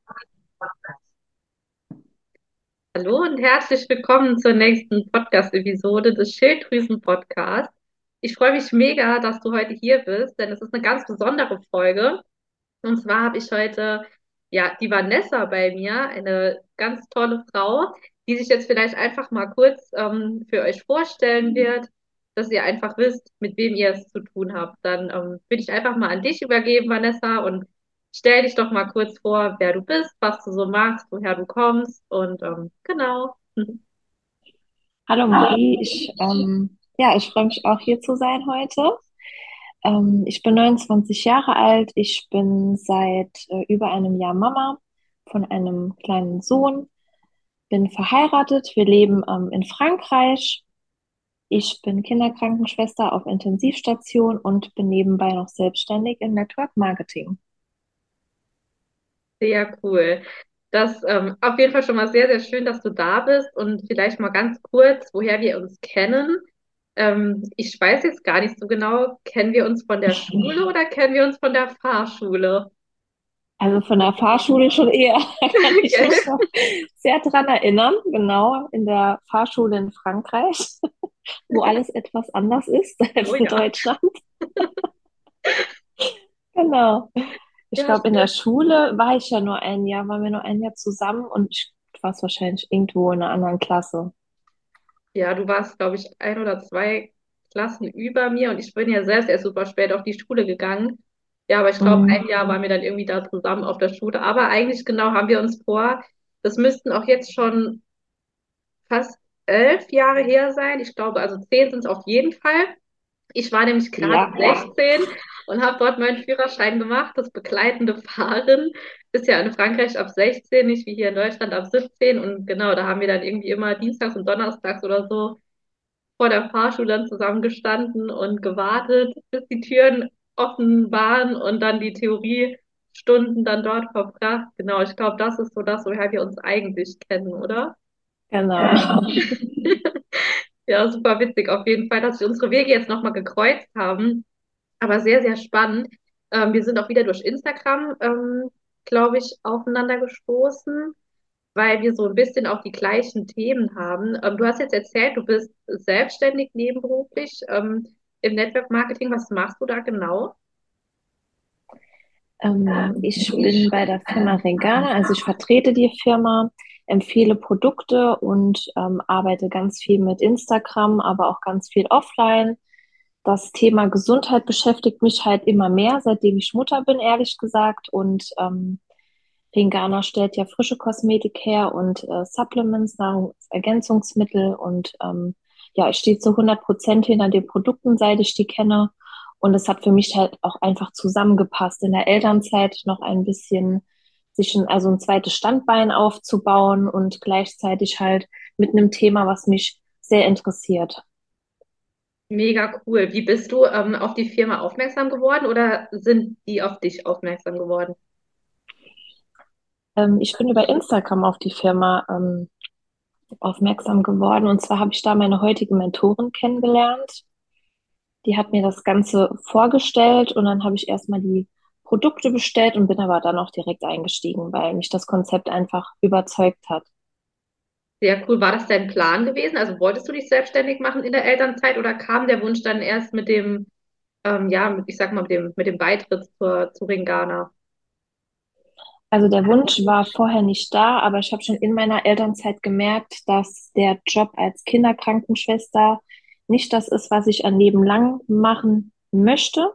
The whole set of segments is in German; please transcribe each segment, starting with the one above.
Hallo und herzlich willkommen zur nächsten Podcast-Episode des Schilddrüsen-Podcasts. Ich freue mich mega, dass du heute hier bist, denn es ist eine ganz besondere Folge. Und zwar habe ich heute ja die Vanessa bei mir, eine ganz tolle Frau, die sich jetzt vielleicht einfach mal kurz für euch vorstellen wird, dass ihr einfach wisst, mit wem ihr es zu tun habt. Dann würde ich einfach mal an dich übergeben, Vanessa, und stell dich doch mal kurz vor, wer du bist, was du so machst, woher du kommst und genau. Hallo Marie, ich freue mich auch hier zu sein heute. Ich bin 29 Jahre alt, ich bin seit über einem Jahr Mama von einem kleinen Sohn, bin verheiratet, wir leben in Frankreich. Ich bin Kinderkrankenschwester auf Intensivstation und bin nebenbei noch selbstständig im Network Marketing. Sehr cool. Das auf jeden Fall schon mal sehr, sehr schön, dass du da bist und vielleicht mal ganz kurz, woher wir uns kennen. Ich weiß jetzt gar nicht so genau, kennen wir uns von der Schule oder kennen wir uns von der Fahrschule? Also von der Fahrschule schon eher, kann ich mich Gell? noch sehr dran erinnern, genau, in der Fahrschule in Frankreich, wo alles etwas anders ist als Oh in ja. Deutschland. Genau. Ich Ja, glaube, in der stimmt. Schule war ich ja nur ein Jahr, waren wir nur ein Jahr zusammen und ich war es wahrscheinlich irgendwo in einer anderen Klasse. Ja, du warst, glaube ich, ein oder zwei Klassen über mir und ich bin ja selbst erst super spät auf die Schule gegangen. Ja, aber ich glaube, Mhm. ein Jahr waren wir dann irgendwie da zusammen auf der Schule. Aber eigentlich genau haben wir uns vor, das müssten auch jetzt schon fast 11 Jahre her sein. Ich glaube, also 10 sind es auf jeden Fall. Ich war nämlich gerade Ja, 16 und habe dort meinen Führerschein gemacht. Das begleitende Fahren ist ja in Frankreich ab 16, nicht wie hier in Deutschland ab 17. Und genau, da haben wir dann irgendwie immer dienstags und donnerstags oder so vor der Fahrschule dann zusammen gestanden und gewartet, bis die Türen offen waren und dann die Theoriestunden dann dort verbracht. Genau, ich glaube, das ist so das, woher wir uns eigentlich kennen, oder? genau. Ja, super witzig auf jeden Fall, dass sich unsere Wege jetzt nochmal gekreuzt haben. Aber sehr, sehr spannend. Wir sind auch wieder durch Instagram, glaube ich, aufeinander gestoßen, weil wir so ein bisschen auch die gleichen Themen haben. Du hast jetzt erzählt, du bist selbstständig nebenberuflich, im Network Marketing. Was machst du da genau? Ich bin bei der Firma Regana, also ich vertrete die Firma, empfehle Produkte und arbeite ganz viel mit Instagram, aber auch ganz viel offline. Das Thema Gesundheit beschäftigt mich halt immer mehr, seitdem ich Mutter bin, ehrlich gesagt. Und Ringana stellt ja frische Kosmetik her und Supplements, Nahrungsergänzungsmittel. Und ja, ich stehe zu 100% hinter den Produkten, seit ich die kenne. Und es hat für mich halt auch einfach zusammengepasst, in der Elternzeit noch ein bisschen also ein zweites Standbein aufzubauen und gleichzeitig halt mit einem Thema, was mich sehr interessiert. Mega cool. Wie bist du auf die Firma aufmerksam geworden oder sind die auf dich aufmerksam geworden? Ich bin über Instagram auf die Firma aufmerksam geworden. Und zwar habe ich da meine heutige Mentorin kennengelernt. Die hat mir das Ganze vorgestellt und dann habe ich erstmal die Produkte bestellt und bin aber dann auch direkt eingestiegen, weil mich das Konzept einfach überzeugt hat. Sehr cool. War das dein Plan gewesen? Also wolltest du dich selbstständig machen in der Elternzeit oder kam der Wunsch dann erst mit dem, ja, ich sag mal, mit dem Beitritt zu Ringana? Also der Wunsch war vorher nicht da, aber ich habe schon in meiner Elternzeit gemerkt, dass der Job als Kinderkrankenschwester nicht das ist, was ich ein Leben lang machen möchte.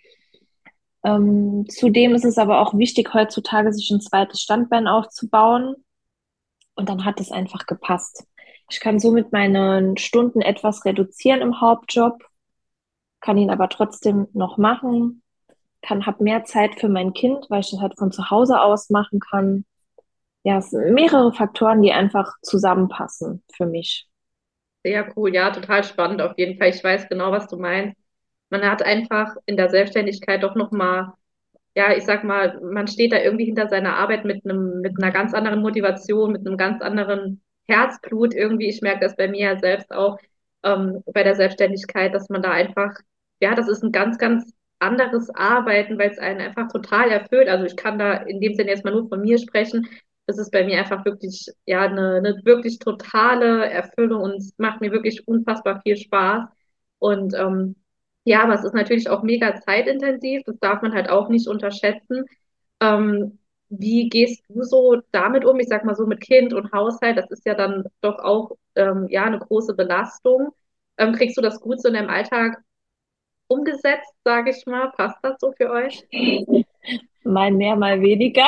Zudem ist es aber auch wichtig, heutzutage sich ein zweites Standbein aufzubauen. Und dann hat es einfach gepasst. Ich kann somit meine Stunden etwas reduzieren im Hauptjob, kann ihn aber trotzdem noch machen, habe mehr Zeit für mein Kind, weil ich das halt von zu Hause aus machen kann. Ja, es sind mehrere Faktoren, die einfach zusammenpassen für mich. Sehr cool, ja, total spannend auf jeden Fall. Ich weiß genau, was du meinst. Man hat einfach in der Selbstständigkeit doch nochmal, ja, ich sag mal, man steht da irgendwie hinter seiner Arbeit mit einer ganz anderen Motivation, mit einem ganz anderen Herzblut irgendwie. Ich merke das bei mir ja selbst auch bei der Selbstständigkeit, dass man da einfach, ja, das ist ein ganz, ganz anderes Arbeiten, weil es einen einfach total erfüllt. Also ich kann da in dem Sinne jetzt mal nur von mir sprechen. Das ist bei mir einfach wirklich, ja, eine wirklich totale Erfüllung und es macht mir wirklich unfassbar viel Spaß. Und ja, aber es ist natürlich auch mega zeitintensiv. Das darf man halt auch nicht unterschätzen. Wie gehst du so damit um? Ich sag mal so mit Kind und Haushalt, das ist ja dann doch auch ja eine große Belastung. Kriegst du das gut so in deinem Alltag umgesetzt, sage ich mal? Passt das so für euch? Mal mehr, mal weniger.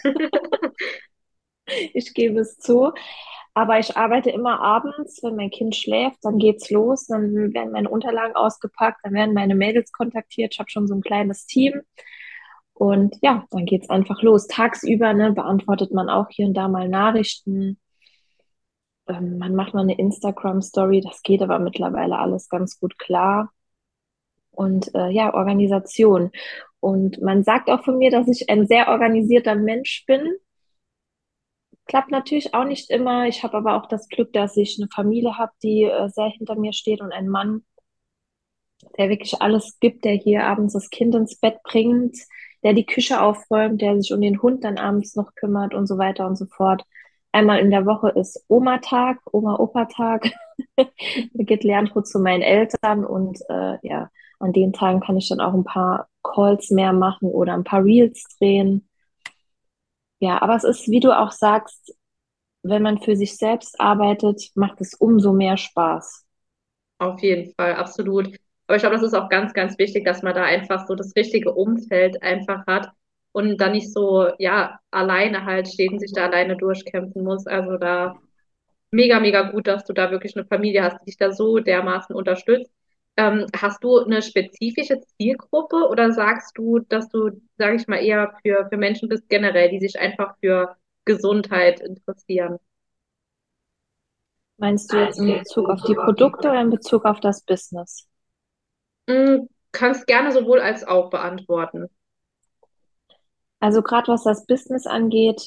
Ich gebe es zu. Aber ich arbeite immer abends, wenn mein Kind schläft, dann geht's los, dann werden meine Unterlagen ausgepackt, dann werden meine Mädels kontaktiert. Ich habe schon so ein kleines Team. Und ja, dann geht's einfach los. Tagsüber, ne, beantwortet man auch hier und da mal Nachrichten. Man macht mal eine Instagram-Story, das geht aber mittlerweile alles ganz gut klar. Und ja, Organisation. Und man sagt auch von mir, dass ich ein sehr organisierter Mensch bin. Klappt natürlich auch nicht immer. Ich habe aber auch das Glück, dass ich eine Familie habe, die sehr hinter mir steht und einen Mann, der wirklich alles gibt, der hier abends das Kind ins Bett bringt, der die Küche aufräumt, der sich um den Hund dann abends noch kümmert und so weiter und so fort. Einmal in der Woche ist Oma-Tag, Oma-Opa-Tag. Da geht Leandro zu meinen Eltern und ja, an den Tagen kann ich dann auch ein paar Calls mehr machen oder ein paar Reels drehen. Ja, aber es ist, wie du auch sagst, wenn man für sich selbst arbeitet, macht es umso mehr Spaß. Auf jeden Fall, absolut. Aber ich glaube, das ist auch ganz, ganz wichtig, dass man da einfach so das richtige Umfeld einfach hat und dann nicht so, ja, alleine halt steht und sich da alleine durchkämpfen muss. Also da mega, mega gut, dass du da wirklich eine Familie hast, die dich da so dermaßen unterstützt. Hast du eine spezifische Zielgruppe oder sagst du, dass du, sage ich mal, eher für Menschen bist generell, die sich einfach für Gesundheit interessieren? Meinst du jetzt in Bezug auf die Produkte oder in Bezug auf das Business? Kannst gerne sowohl als auch beantworten. Also gerade was das Business angeht,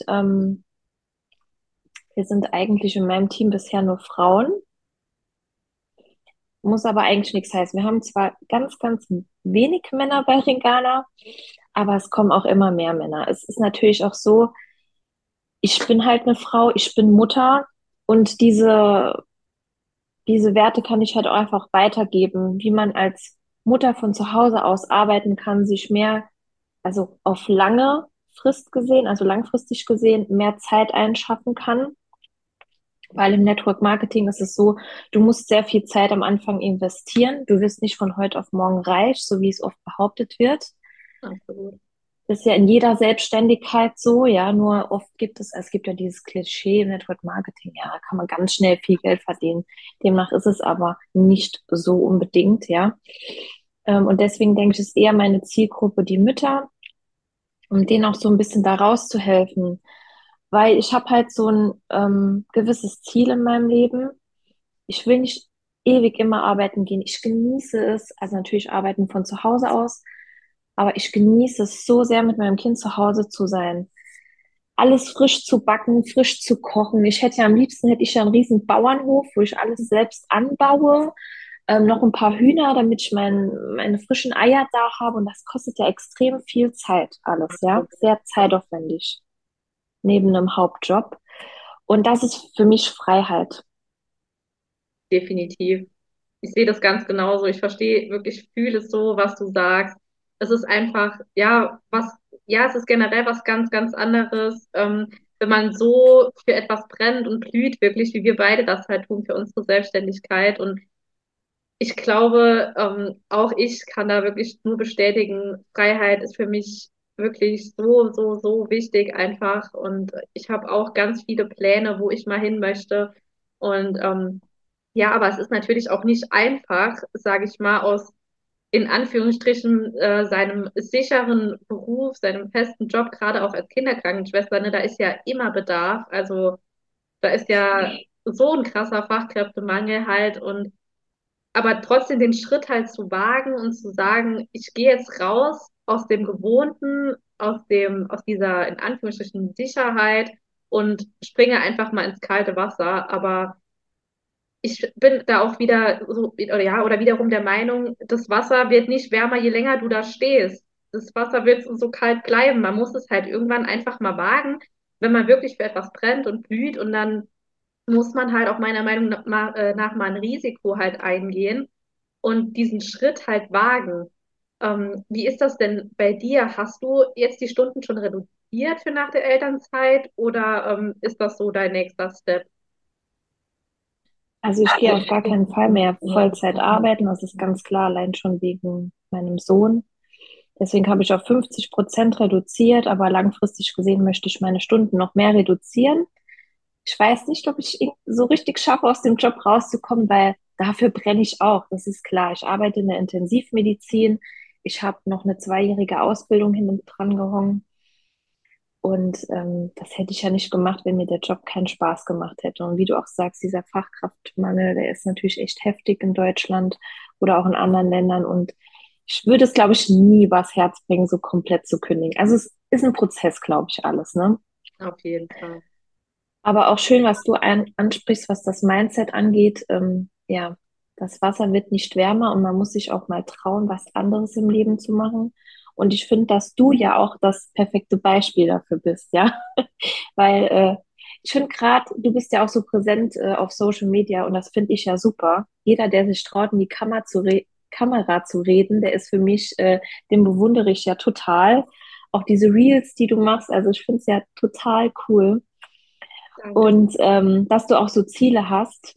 wir sind eigentlich in meinem Team bisher nur Frauen, muss aber eigentlich nichts heißen. Wir haben zwar ganz, ganz wenig Männer bei Ringana, aber es kommen auch immer mehr Männer. Es ist natürlich auch so, ich bin halt eine Frau, ich bin Mutter und diese Werte kann ich halt auch einfach weitergeben, wie man als Mutter von zu Hause aus arbeiten kann, sich mehr, also auf lange Frist gesehen, also langfristig gesehen, mehr Zeit einschaffen kann. Weil im Network Marketing ist es so, du musst sehr viel Zeit am Anfang investieren. Du wirst nicht von heute auf morgen reich, so wie es oft behauptet wird. Absolut. Das ist ja in jeder Selbstständigkeit so, ja, nur oft es gibt ja dieses Klischee im Network Marketing, ja, da kann man ganz schnell viel Geld verdienen. Demnach ist es aber nicht so unbedingt, ja. Und deswegen denke ich, ist eher meine Zielgruppe die Mütter, um denen auch so ein bisschen da rauszuhelfen. Weil ich habe halt so ein gewisses Ziel in meinem Leben. Ich will nicht ewig immer arbeiten gehen. Ich genieße es, also natürlich arbeiten von zu Hause aus, aber ich genieße es so sehr, mit meinem Kind zu Hause zu sein. Alles frisch zu backen, frisch zu kochen. Hätte ich ja einen riesen Bauernhof, wo ich alles selbst anbaue. Noch ein paar Hühner, damit ich meine frischen Eier da habe. Und das kostet ja extrem viel Zeit alles, ja. Absolut. Sehr zeitaufwendig neben einem Hauptjob. Und das ist für mich Freiheit. Definitiv. Ich sehe das ganz genauso. Ich verstehe wirklich, fühle es so, was du sagst. Es ist einfach, ja, es ist generell was ganz, ganz anderes, wenn man so für etwas brennt und blüht, wirklich, wie wir beide das halt tun für unsere Selbstständigkeit. Und ich glaube, auch ich kann da wirklich nur bestätigen, Freiheit ist für mich wirklich so, so, so wichtig einfach. Und ich habe auch ganz viele Pläne, wo ich mal hin möchte. Und ja, aber es ist natürlich auch nicht einfach, sage ich mal, aus in Anführungsstrichen seinem sicheren Beruf, seinem festen Job, gerade auch als Kinderkrankenschwester, ne, da ist ja immer Bedarf. Also da ist ja so ein krasser Fachkräftemangel halt und aber trotzdem den Schritt halt zu wagen und zu sagen, ich gehe jetzt raus aus dem Gewohnten, aus dieser in Anführungsstrichen Sicherheit und springe einfach mal ins kalte Wasser. Aber ich bin da auch wieder so, oder ja, oder wiederum der Meinung, das Wasser wird nicht wärmer, je länger du da stehst. Das Wasser wird so kalt bleiben. Man muss es halt irgendwann einfach mal wagen, wenn man wirklich für etwas brennt und blüht. Und dann muss man halt auch meiner Meinung nach mal ein Risiko halt eingehen und diesen Schritt halt wagen. Wie ist das denn bei dir? Hast du jetzt die Stunden schon reduziert für nach der Elternzeit oder ist das so dein nächster Step? Also ich gehe auf gar keinen Fall mehr Vollzeit arbeiten. Das ist ganz klar, allein schon wegen meinem Sohn. Deswegen habe ich auf 50% reduziert, aber langfristig gesehen möchte ich meine Stunden noch mehr reduzieren. Ich weiß nicht, ob ich so richtig schaffe, aus dem Job rauszukommen, weil dafür brenne ich auch. Das ist klar. Ich arbeite in der Intensivmedizin. Ich habe noch eine 2-jährige Ausbildung hinten dran gehangen. Und das hätte ich ja nicht gemacht, wenn mir der Job keinen Spaß gemacht hätte. Und wie du auch sagst, dieser Fachkraftmangel, der ist natürlich echt heftig in Deutschland oder auch in anderen Ländern. Und ich würde es, glaube ich, nie übers Herz bringen, so komplett zu kündigen. Also es ist ein Prozess, glaube ich, alles, ne? Auf jeden Fall. Aber auch schön, was du ansprichst, was das Mindset angeht. Ja, das Wasser wird nicht wärmer und man muss sich auch mal trauen, was anderes im Leben zu machen. Und ich finde, dass du ja auch das perfekte Beispiel dafür bist, ja. Weil ich finde gerade, du bist ja auch so präsent auf Social Media und das finde ich ja super. Jeder, der sich traut, in die Kamera zu reden, der ist für mich, den bewundere ich ja total. Auch diese Reels, die du machst, also ich finde es ja total cool. Danke. Und dass du auch so Ziele hast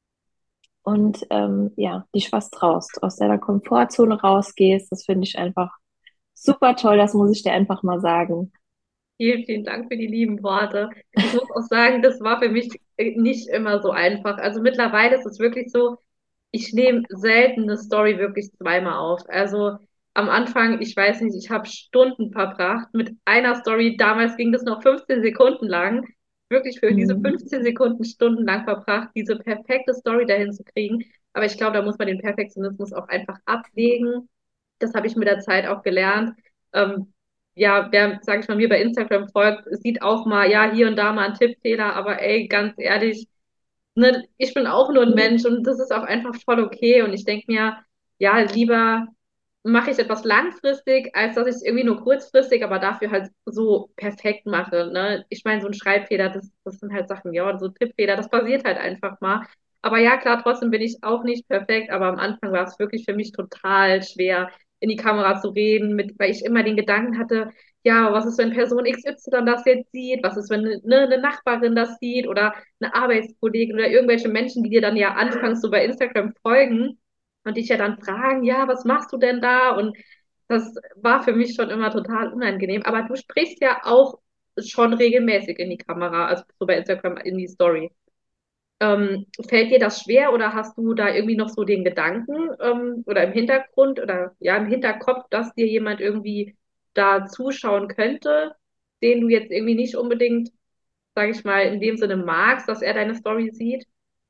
und ja, dich was traust, aus deiner Komfortzone rausgehst, das finde ich einfach super toll, das muss ich dir einfach mal sagen. Vielen, vielen Dank für die lieben Worte. Ich muss auch sagen, das war für mich nicht immer so einfach. Also mittlerweile ist es wirklich so, ich nehme selten eine Story wirklich zweimal auf. Also am Anfang, ich weiß nicht, ich habe Stunden verbracht mit einer Story. Damals ging das noch 15 Sekunden lang. Wirklich für diese Mhm. 15 Sekunden stundenlang verbracht, diese perfekte Story dahin zu kriegen. Aber ich glaube, da muss man den Perfektionismus auch einfach ablegen. Das habe ich mit der Zeit auch gelernt. Ähm, ja, wer, sage ich mal, mir bei Instagram folgt, sieht auch mal, ja, hier und da mal einen Tippfehler, aber ey, ganz ehrlich, ne, ich bin auch nur ein Mensch und das ist auch einfach voll okay. Und ich denke mir, ja, lieber mache ich etwas langfristig, als dass ich es irgendwie nur kurzfristig, aber dafür halt so perfekt mache. Ne? Ich meine, so ein Schreibfehler, das sind halt Sachen, ja, so Tippfehler, das passiert halt einfach mal. Aber ja, klar, trotzdem bin ich auch nicht perfekt, aber am Anfang war es wirklich für mich total schwer, in die Kamera zu reden, weil ich immer den Gedanken hatte, ja, was ist, wenn Person XY das jetzt sieht? Was ist, wenn eine Nachbarin das sieht oder eine Arbeitskollegin oder irgendwelche Menschen, die dir dann ja anfangs so bei Instagram folgen und dich ja dann fragen, ja, was machst du denn da? Und das war für mich schon immer total unangenehm. Aber du sprichst ja auch schon regelmäßig in die Kamera, also so bei Instagram in die Story. Fällt dir das schwer oder hast du da irgendwie noch so den Gedanken oder im Hintergrund oder ja im Hinterkopf, dass dir jemand irgendwie da zuschauen könnte, den du jetzt irgendwie nicht unbedingt, sage ich mal, in dem Sinne magst, dass er deine Story sieht?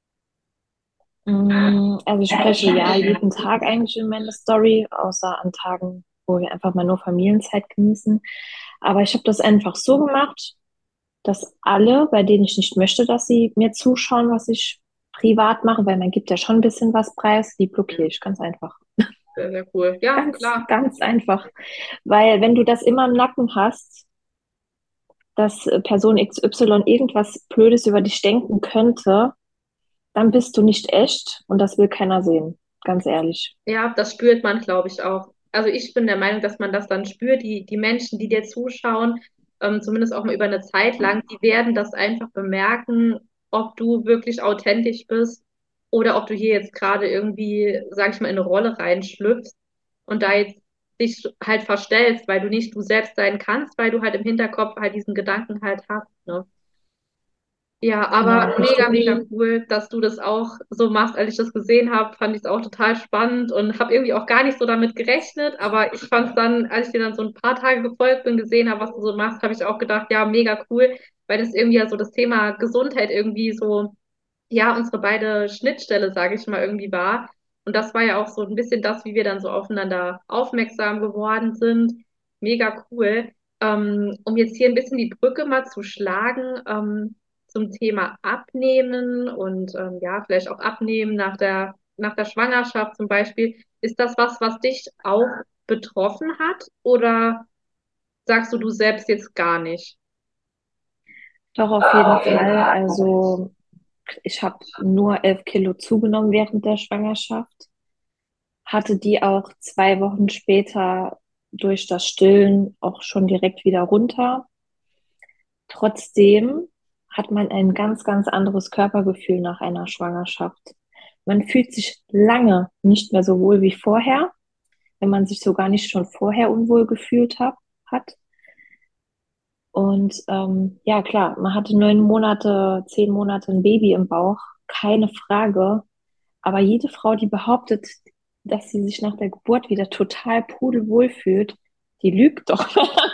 Also ich spreche ja jeden Tag eigentlich in meiner Story, außer an Tagen, wo wir einfach mal nur Familienzeit genießen. Aber ich habe das einfach so gemacht, dass alle, bei denen ich nicht möchte, dass sie mir zuschauen, was ich privat mache, weil man gibt ja schon ein bisschen was preis, die blockiere ich ganz einfach. Sehr, sehr cool. Ja, Ganz, klar. ganz einfach. Weil wenn du das immer im Nacken hast, dass Person XY irgendwas Blödes über dich denken könnte, dann bist du nicht echt und das will keiner sehen. Ganz ehrlich. Ja, das spürt man, glaube ich, auch. Also ich bin der Meinung, dass man das dann spürt, die Menschen, die dir zuschauen, zumindest auch mal über eine Zeit lang, die werden das einfach bemerken, ob du wirklich authentisch bist oder ob du hier jetzt gerade irgendwie, sag ich mal, in eine Rolle reinschlüpfst und da jetzt dich halt verstellst, weil du nicht du selbst sein kannst, weil du halt im Hinterkopf halt diesen Gedanken halt hast, ne? Ja, Genau, aber mega, richtig. mega cool, dass du das auch so machst. Als ich das gesehen habe, fand ich es auch total spannend und habe irgendwie auch gar nicht so damit gerechnet. Aber ich fand es dann, als ich dir dann so ein paar Tage gefolgt bin, gesehen habe, was du so machst, habe ich auch gedacht, ja, mega cool, weil das irgendwie ja so das Thema Gesundheit irgendwie so, ja, unsere beide Schnittstelle, sage ich mal, irgendwie war. Und das war ja auch so ein bisschen das, wie wir dann so aufeinander aufmerksam geworden sind. Mega cool. Um jetzt hier ein bisschen die Brücke mal zu schlagen, zum Thema Abnehmen und ja, vielleicht auch Abnehmen nach der Schwangerschaft zum Beispiel. Ist das was, was dich auch betroffen hat oder sagst du selbst jetzt gar nicht? Doch, auf jeden Fall. Also ich habe nur 11 Kilo zugenommen während der Schwangerschaft, hatte die auch 2 Wochen später durch das Stillen auch schon direkt wieder runter. Trotzdem hat man ein ganz, ganz anderes Körpergefühl nach einer Schwangerschaft. Man fühlt sich lange nicht mehr so wohl wie vorher, wenn man sich so gar nicht schon vorher unwohl gefühlt hat. Und ja, klar, man hatte 9 Monate, 10 Monate ein Baby im Bauch, keine Frage. Aber jede Frau, die behauptet, dass sie sich nach der Geburt wieder total pudelwohl fühlt, die lügt doch.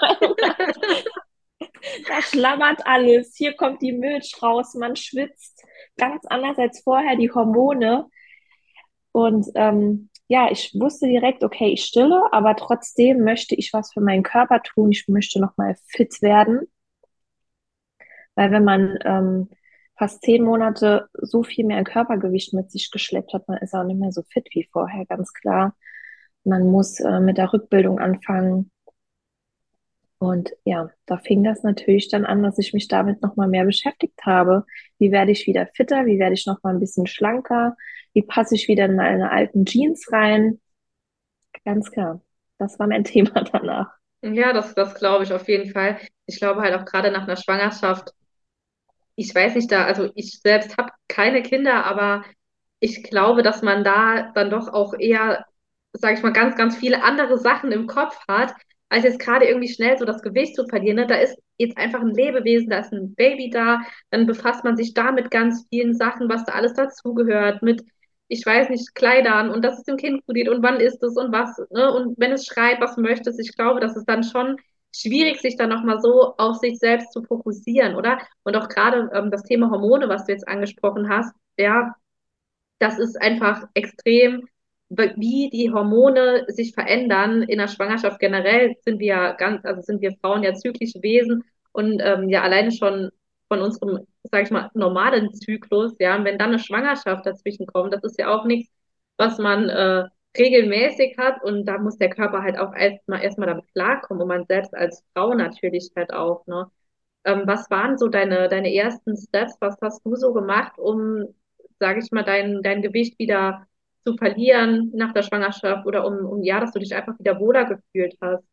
Da schlammert alles. Hier kommt die Milch raus, man schwitzt. Ganz anders als vorher, die Hormone. Und ja, ich wusste direkt, okay, ich stille, aber trotzdem möchte ich was für meinen Körper tun. Ich möchte nochmal fit werden. Weil wenn man fast 10 Monate so viel mehr Körpergewicht mit sich geschleppt hat, man ist auch nicht mehr so fit wie vorher, ganz klar. Man muss mit der Rückbildung anfangen. Und ja, da fing das natürlich dann an, dass ich mich damit nochmal mehr beschäftigt habe. Wie werde ich wieder fitter? Wie werde ich nochmal ein bisschen schlanker? Wie passe ich wieder in meine alten Jeans rein? Ganz klar. Das war mein Thema danach. Ja, das glaube ich auf jeden Fall. Ich glaube halt auch gerade nach einer Schwangerschaft, ich weiß nicht da, also ich selbst habe keine Kinder, aber ich glaube, dass man da dann doch auch eher, sage ich mal, ganz, ganz viele andere Sachen im Kopf hat, als jetzt gerade irgendwie schnell so das Gewicht zu verlieren. Ne? Da ist jetzt einfach ein Lebewesen, da ist ein Baby da, dann befasst man sich da mit ganz vielen Sachen, was da alles dazugehört, mit, ich weiß nicht, Kleidern und dass es dem Kind gut geht und wann ist es und was, ne? Und wenn es schreit, was möchte es. Ich glaube, das ist dann schon schwierig, sich dann nochmal so auf sich selbst zu fokussieren, oder? Und auch gerade das Thema Hormone, was du jetzt angesprochen hast, ja, das ist einfach extrem, wie die Hormone sich verändern. In der Schwangerschaft generell sind wir ja ganz, also sind wir Frauen ja zyklische Wesen und ja alleine schon von unserem, sag ich mal, normalen Zyklus, ja, und wenn dann eine Schwangerschaft dazwischen kommt, das ist ja auch nichts, was man regelmäßig hat und da muss der Körper halt auch erstmal damit klarkommen und man selbst als Frau natürlich halt auch, ne? Was waren so deine ersten Steps? Was hast du so gemacht, um, sage ich mal, dein Gewicht wieder zu verlieren nach der Schwangerschaft oder um ja, dass du dich einfach wieder wohler gefühlt hast?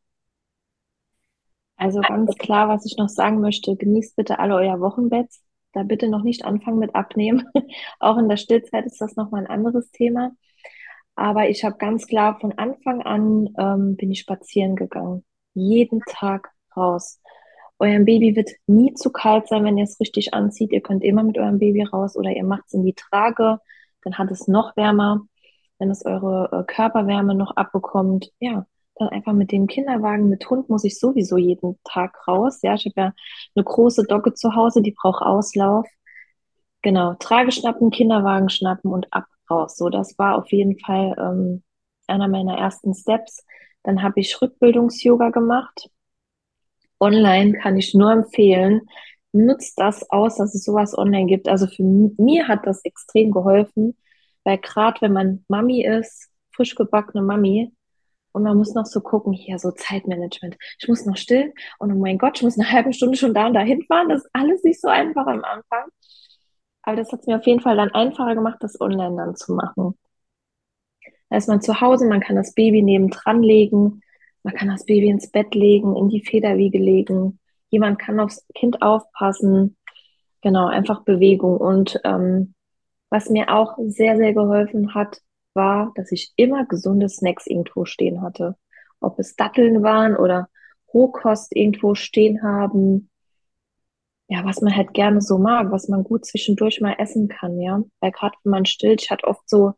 Also ganz klar, was ich noch sagen möchte, genießt bitte alle euer Wochenbett. Da bitte noch nicht anfangen mit Abnehmen. Auch in der Stillzeit ist das nochmal ein anderes Thema. Aber ich habe ganz klar von Anfang an bin ich spazieren gegangen. Jeden Tag raus. Eurem Baby wird nie zu kalt sein, wenn ihr es richtig anzieht. Ihr könnt immer mit eurem Baby raus oder ihr macht es in die Trage. Dann hat es noch wärmer, wenn es eure Körperwärme noch abbekommt. Ja, dann einfach mit dem Kinderwagen. Mit Hund muss ich sowieso jeden Tag raus. Ja, ich habe ja eine große Dogge zu Hause, die braucht Auslauf. Genau, Trage schnappen, Kinderwagen schnappen und ab raus. So, das war auf jeden Fall einer meiner ersten Steps. Dann habe ich Rückbildungs-Yoga gemacht. Online kann ich nur empfehlen. Nutzt das aus, dass es sowas online gibt. Also für mir hat das extrem geholfen, weil gerade wenn man Mami ist, frisch gebackene Mami, und man muss noch so gucken, hier so Zeitmanagement. Ich muss noch still und oh mein Gott, ich muss eine halbe Stunde schon da und dahin fahren. Das ist alles nicht so einfach am Anfang. Aber das hat es mir auf jeden Fall dann einfacher gemacht, das online dann zu machen. Da ist man zu Hause, man kann das Baby nebendran legen, man kann das Baby ins Bett legen, in die Federwiege legen. Jemand kann aufs Kind aufpassen. Genau, einfach Bewegung. Und was mir auch sehr, sehr geholfen hat, war, dass ich immer gesunde Snacks irgendwo stehen hatte. Ob es Datteln waren oder Rohkost irgendwo stehen haben. Ja, was man halt gerne so mag, was man gut zwischendurch mal essen kann, ja. Weil gerade wenn man stillt, ich hatte oft so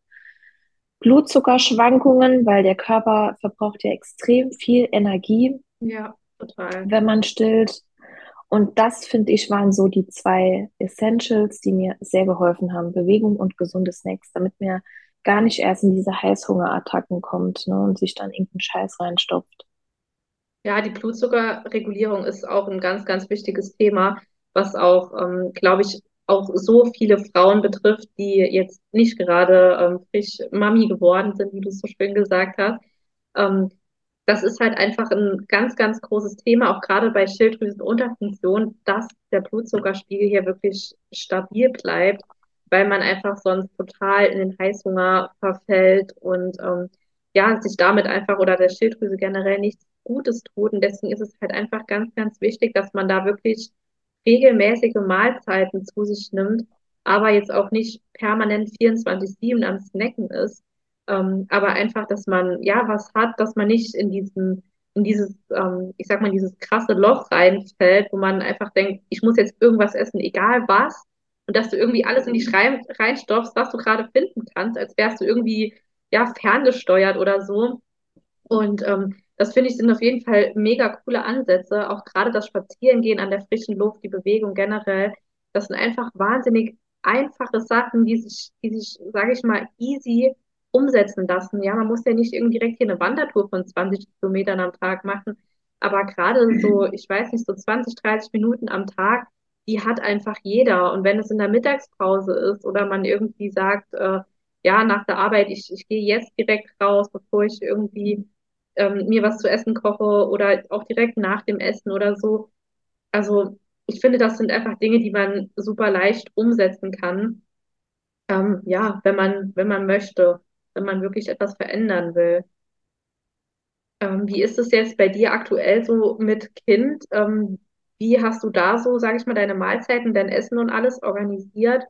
Blutzuckerschwankungen, weil der Körper verbraucht ja extrem viel Energie, Ja, total. wenn man stillt. Und das, finde ich, waren so die zwei Essentials, die mir sehr geholfen haben. Bewegung und gesunde Snacks, damit mir gar nicht erst in diese Heißhungerattacken kommt, ne, und sich dann irgendeinen Scheiß reinstopft. Ja, die Blutzuckerregulierung ist auch ein ganz, ganz wichtiges Thema. was auch, glaube ich, auch so viele Frauen betrifft, die jetzt nicht gerade frisch Mami geworden sind, wie du es so schön gesagt hast. Ähm, Das ist halt einfach ein ganz, ganz großes Thema, auch gerade bei Schilddrüsenunterfunktion, dass der Blutzuckerspiegel hier wirklich stabil bleibt, weil man einfach sonst total in den Heißhunger verfällt und ja, sich damit einfach oder der Schilddrüse generell nichts Gutes tut. Und deswegen ist es halt einfach ganz, ganz wichtig, dass man da wirklich regelmäßige Mahlzeiten zu sich nimmt, aber jetzt auch nicht permanent 24/7 am Snacken ist, aber einfach, dass man ja was hat, dass man nicht in dieses, ich sag mal, dieses krasse Loch reinfällt, wo man einfach denkt, ich muss jetzt irgendwas essen, egal was, und dass du irgendwie alles in dich reinstopfst, was du gerade finden kannst, als wärst du irgendwie ja ferngesteuert oder so. Und das finde ich sind auf jeden Fall mega coole Ansätze. Auch gerade das Spazierengehen an der frischen Luft, die Bewegung generell, das sind einfach wahnsinnig einfache Sachen, die sich, sage ich mal, easy umsetzen lassen. Ja, man muss ja nicht irgendwie direkt hier eine Wandertour von 20 Kilometern am Tag machen, aber gerade so, ich weiß nicht, so 20, 30 Minuten am Tag, die hat einfach jeder. Und wenn es in der Mittagspause ist oder man irgendwie sagt, ja, nach der Arbeit, ich gehe jetzt direkt raus, bevor ich irgendwie mir was zu essen koche oder auch direkt nach dem Essen oder so. Also ich finde, das sind einfach Dinge, die man super leicht umsetzen kann. Ja, wenn man möchte, wenn man wirklich etwas verändern will. Wie ist es jetzt bei dir aktuell so mit Kind? Wie hast du da so, sage ich mal, deine Mahlzeiten, dein Essen und alles organisiert?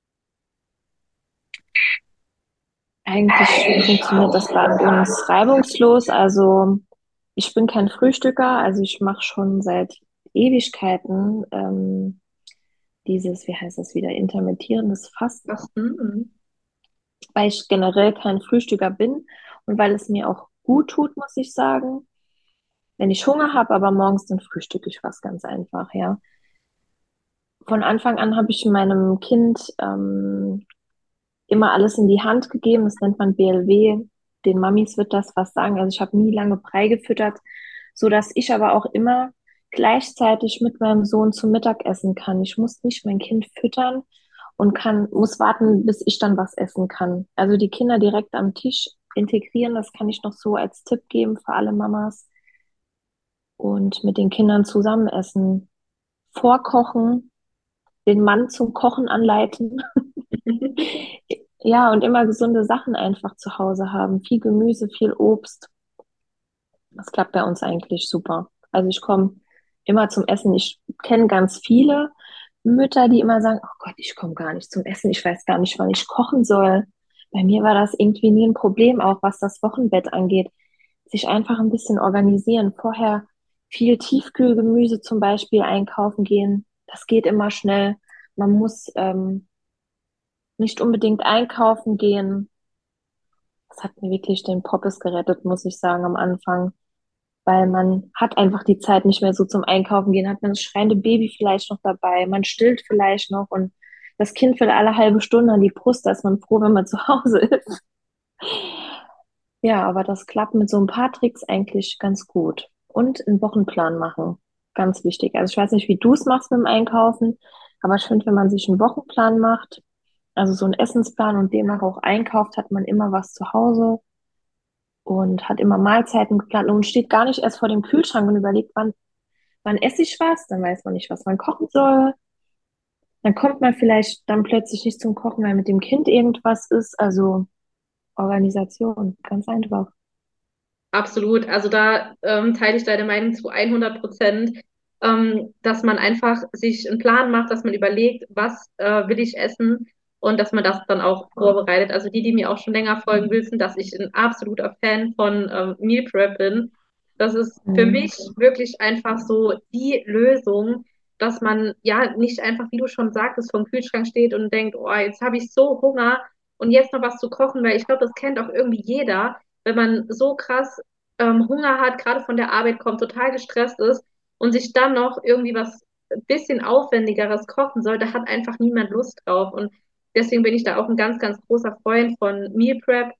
Eigentlich funktioniert das bei uns reibungslos. Also ich bin kein Frühstücker, also ich mache schon seit Ewigkeiten dieses, wie heißt das wieder, intermittierendes Fasten, Fasten? weil ich generell kein Frühstücker bin und weil es mir auch gut tut, muss ich sagen. Wenn ich Hunger habe, aber morgens, dann frühstücke ich was ganz einfach, ja. Von Anfang an habe ich meinem Kind immer alles in die Hand gegeben. Das nennt man BLW. Den Mamis wird das was sagen. Also ich habe nie lange Brei gefüttert, so dass ich aber auch immer gleichzeitig mit meinem Sohn zum Mittag essen kann. Ich muss nicht mein Kind füttern und muss warten, bis ich dann was essen kann. Also die Kinder direkt am Tisch integrieren, das kann ich noch so als Tipp geben für alle Mamas und mit den Kindern zusammen essen. Vorkochen, den Mann zum Kochen anleiten. Ja, und immer gesunde Sachen einfach zu Hause haben. Viel Gemüse, viel Obst. Das klappt bei uns eigentlich super. Also ich komme immer zum Essen. Ich kenne ganz viele Mütter, die immer sagen, oh Gott, ich komme gar nicht zum Essen. Ich weiß gar nicht, wann ich kochen soll. Bei mir war das irgendwie nie ein Problem, auch was das Wochenbett angeht. Sich einfach ein bisschen organisieren. Vorher viel Tiefkühlgemüse zum Beispiel einkaufen gehen. Das geht immer schnell. Man muss nicht unbedingt einkaufen gehen. Das hat mir wirklich den Poppes gerettet, muss ich sagen, am Anfang. Weil man hat einfach die Zeit nicht mehr so zum Einkaufen gehen, hat man das schreiende Baby vielleicht noch dabei, man stillt vielleicht noch und das Kind will alle halbe Stunde an die Brust, da ist man froh, wenn man zu Hause ist. Ja, aber das klappt mit so ein paar Tricks eigentlich ganz gut. Und einen Wochenplan machen, ganz wichtig. Also ich weiß nicht, wie du es machst mit dem Einkaufen, aber ich finde, wenn man sich einen Wochenplan macht, also so einen Essensplan und demnach auch einkauft, hat man immer was zu Hause und hat immer Mahlzeiten geplant und steht gar nicht erst vor dem Kühlschrank und überlegt, wann esse ich was, dann weiß man nicht, was man kochen soll. Dann kommt man vielleicht dann plötzlich nicht zum Kochen, weil mit dem Kind irgendwas ist. Also Organisation, ganz einfach. Absolut. Also da teile ich deine Meinung zu 100%, dass man einfach sich einen Plan macht, dass man überlegt, was will ich essen und dass man das dann auch vorbereitet. Also die mir auch schon länger folgen, wissen, dass ich ein absoluter Fan von Meal Prep bin. Das ist für Mhm. mich wirklich einfach so die Lösung, dass man ja nicht einfach, wie du schon sagtest, vom Kühlschrank steht und denkt, oh, jetzt habe ich so Hunger und jetzt noch was zu kochen, weil ich glaube, das kennt auch irgendwie jeder, wenn man so krass Hunger hat, gerade von der Arbeit kommt, total gestresst ist und sich dann noch irgendwie was ein bisschen Aufwendigeres kochen soll, da hat einfach niemand Lust drauf. Und deswegen bin ich da auch ein ganz, ganz großer Freund von Meal Prep.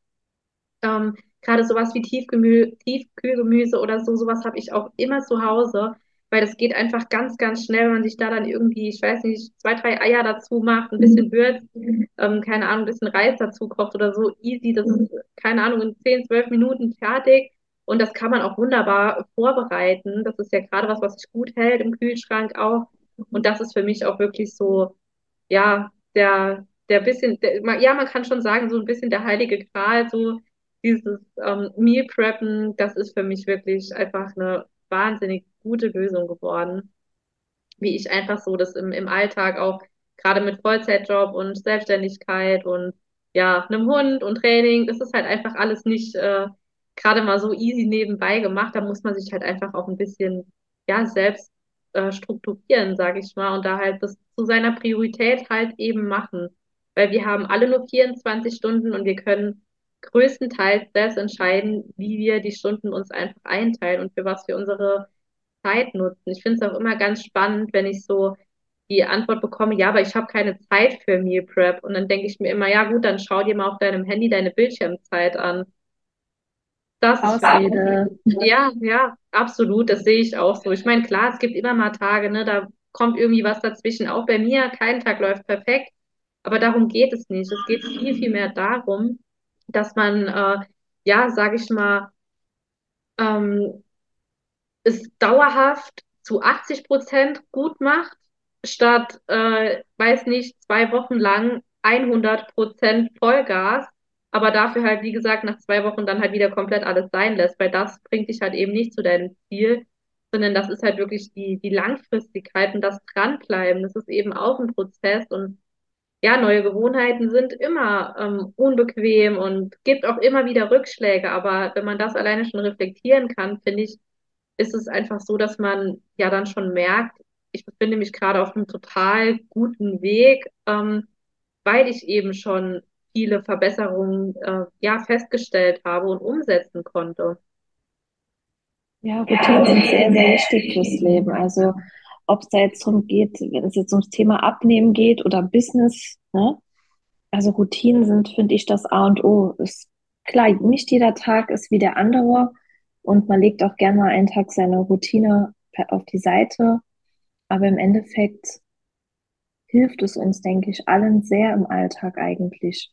Gerade sowas wie Tiefkühlgemüse oder so, sowas habe ich auch immer zu Hause, weil das geht einfach ganz, ganz schnell, wenn man sich da dann irgendwie, ich weiß nicht, zwei, drei Eier dazu macht, ein bisschen würzt, keine Ahnung, ein bisschen Reis dazu kocht oder so, easy, das ist, keine Ahnung, in 10, 12 Minuten fertig. Und das kann man auch wunderbar vorbereiten. Das ist ja gerade was, was sich gut hält im Kühlschrank auch. Und das ist für mich auch wirklich so, ja, der bisschen, ja, man kann schon sagen, so ein bisschen der heilige Gral, so dieses Meal Preppen, das ist für mich wirklich einfach eine wahnsinnig gute Lösung geworden, wie ich einfach so das im Alltag auch gerade mit Vollzeitjob und Selbstständigkeit und ja, einem Hund und Training, das ist halt einfach alles nicht gerade mal so easy nebenbei gemacht. Da muss man sich halt einfach auch ein bisschen ja selbst strukturieren, sage ich mal, und da halt das zu seiner Priorität halt eben machen. Weil wir haben alle nur 24 Stunden und wir können größtenteils selbst entscheiden, wie wir die Stunden uns einfach einteilen und für was wir unsere Zeit nutzen. Ich finde es auch immer ganz spannend, wenn ich so die Antwort bekomme, ja, aber ich habe keine Zeit für Meal Prep. Und dann denke ich mir immer, ja gut, dann schau dir mal auf deinem Handy deine Bildschirmzeit an. Das ist für mich, Ausrede. ja, ja, absolut, das sehe ich auch so. Ich meine, klar, es gibt immer mal Tage, ne, da kommt irgendwie was dazwischen. Auch bei mir, kein Tag läuft perfekt, aber darum geht es nicht. Es geht viel, viel mehr darum, dass man, ja, sage ich mal, ähm, es dauerhaft zu 80% gut macht, statt, weiß nicht, 2 Wochen lang 100% Vollgas, aber dafür halt, wie gesagt, nach 2 Wochen dann halt wieder komplett alles sein lässt, weil das bringt dich halt eben nicht zu deinem Ziel, sondern das ist halt wirklich die Langfristigkeit und das Dranbleiben. Das ist eben auch ein Prozess und ja, neue Gewohnheiten sind immer unbequem und gibt auch immer wieder Rückschläge, aber wenn man das alleine schon reflektieren kann, finde ich, ist es einfach so, dass man ja dann schon merkt, ich befinde mich gerade auf einem total guten Weg, weil ich eben schon viele Verbesserungen ja festgestellt habe und umsetzen konnte. Ja, Routinen sind sehr, sehr wichtig fürs Leben. Also ob es da jetzt darum geht, wenn es jetzt ums Thema Abnehmen geht oder Business, ne? Also Routinen sind, finde ich, das A und O. Ist klar, nicht jeder Tag ist wie der andere und man legt auch gerne mal einen Tag seine Routine auf die Seite. Aber im Endeffekt hilft es uns, denke ich, allen sehr im Alltag eigentlich.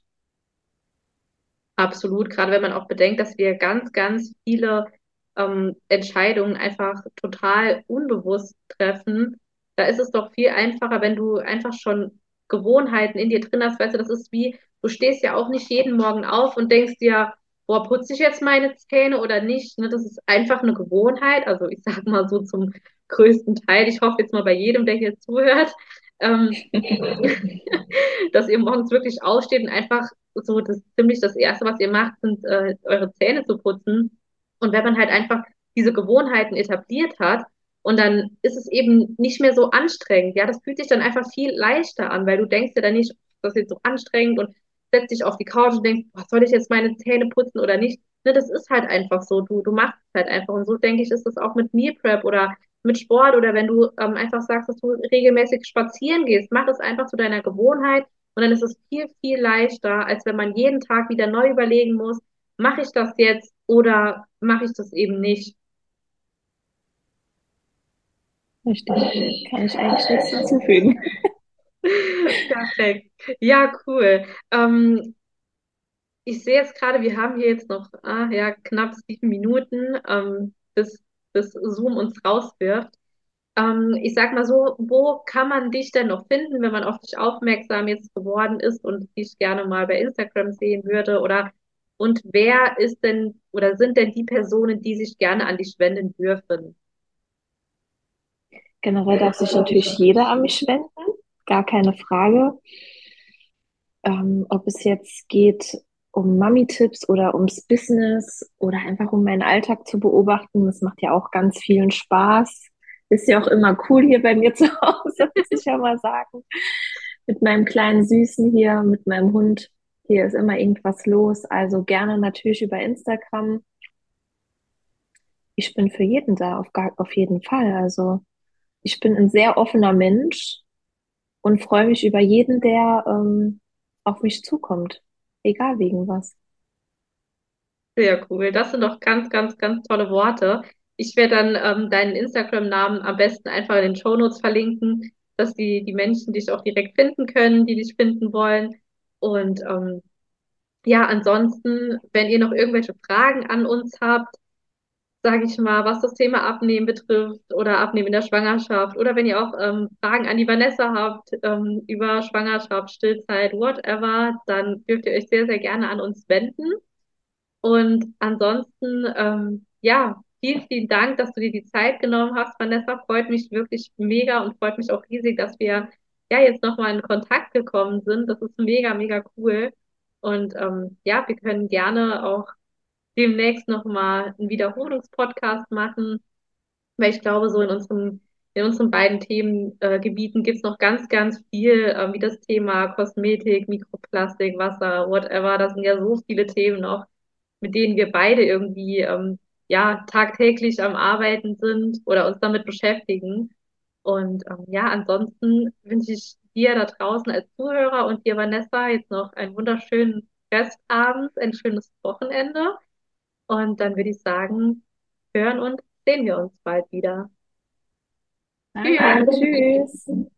Absolut, gerade wenn man auch bedenkt, dass wir ganz, ganz viele Entscheidungen einfach total unbewusst treffen. Da ist es doch viel einfacher, wenn du einfach schon Gewohnheiten in dir drin hast. Weißt du, das ist wie, du stehst ja auch nicht jeden Morgen auf und denkst dir, boah, putze ich jetzt meine Zähne oder nicht? Ne, das ist einfach eine Gewohnheit. Also ich sag mal so zum größten Teil. Ich hoffe jetzt mal bei jedem, der hier zuhört. Ähm, dass ihr morgens wirklich aufsteht und einfach so das ziemlich das Erste, was ihr macht, sind eure Zähne zu putzen. Und wenn man halt einfach diese Gewohnheiten etabliert hat und dann ist es eben nicht mehr so anstrengend. Ja, das fühlt sich dann einfach viel leichter an, weil du denkst dir dann nicht, das ist jetzt so anstrengend und setzt dich auf die Couch und denkst, boah, soll ich jetzt meine Zähne putzen oder nicht? Ne, das ist halt einfach so. Du machst es halt einfach. Und so denke ich, ist das auch mit Meal Prep oder mit Sport oder wenn du einfach sagst, dass du regelmäßig spazieren gehst, mach es einfach zu deiner Gewohnheit und dann ist es viel, viel leichter, als wenn man jeden Tag wieder neu überlegen muss, mache ich das jetzt oder mache ich das eben nicht. Richtig. Kann ich eigentlich nichts hinzufügen. Perfekt. Ja, cool. Ich sehe jetzt gerade, wir haben hier jetzt noch ja, knapp 7 Minuten, bis Zoom uns rauswirft. Ich sag mal so, wo kann man dich denn noch finden, wenn man auf dich aufmerksam jetzt geworden ist und dich gerne mal bei Instagram sehen würde? Oder und wer ist denn oder sind denn die Personen, die sich gerne an dich wenden dürfen? Generell darf sich natürlich jeder an mich wenden, gar keine Frage. Ob es jetzt geht um Mami-Tipps oder ums Business oder einfach um meinen Alltag zu beobachten, das macht ja auch ganz vielen Spaß. Ist ja auch immer cool hier bei mir zu Hause, muss ich ja mal sagen. Mit meinem kleinen Süßen hier, mit meinem Hund. Hier ist immer irgendwas los. Also gerne natürlich über Instagram. Ich bin für jeden da, auf jeden Fall. Also ich bin ein sehr offener Mensch und freue mich über jeden, der auf mich zukommt. Egal wegen was. Sehr cool. Das sind doch ganz, ganz, ganz tolle Worte. Ich werde dann deinen Instagram-Namen am besten einfach in den Shownotes verlinken, dass die Menschen dich auch direkt finden können, die dich finden wollen. Und ja, ansonsten, wenn ihr noch irgendwelche Fragen an uns habt, sage ich mal, was das Thema Abnehmen betrifft oder Abnehmen in der Schwangerschaft oder wenn ihr auch Fragen an die Vanessa habt über Schwangerschaft, Stillzeit, whatever, dann dürft ihr euch sehr, sehr gerne an uns wenden. Und ansonsten, ja, vielen, vielen Dank, dass du dir die Zeit genommen hast, Vanessa. Freut mich wirklich mega und freut mich auch riesig, dass wir ja jetzt nochmal in Kontakt gekommen sind. Das ist mega, mega cool. Und ja, wir können gerne auch demnächst nochmal einen Wiederholungspodcast machen, weil ich glaube, so in unseren beiden Themengebieten gibt es noch ganz, ganz viel, wie das Thema Kosmetik, Mikroplastik, Wasser, whatever. Das sind ja so viele Themen noch, mit denen wir beide irgendwie ja tagtäglich am Arbeiten sind oder uns damit beschäftigen. Und ja, ansonsten wünsche ich dir da draußen als Zuhörer und dir, Vanessa, jetzt noch einen wunderschönen Restabend, ein schönes Wochenende. Und dann würde ich sagen, hören und sehen wir uns bald wieder. Danke, Tschüss. tschüss.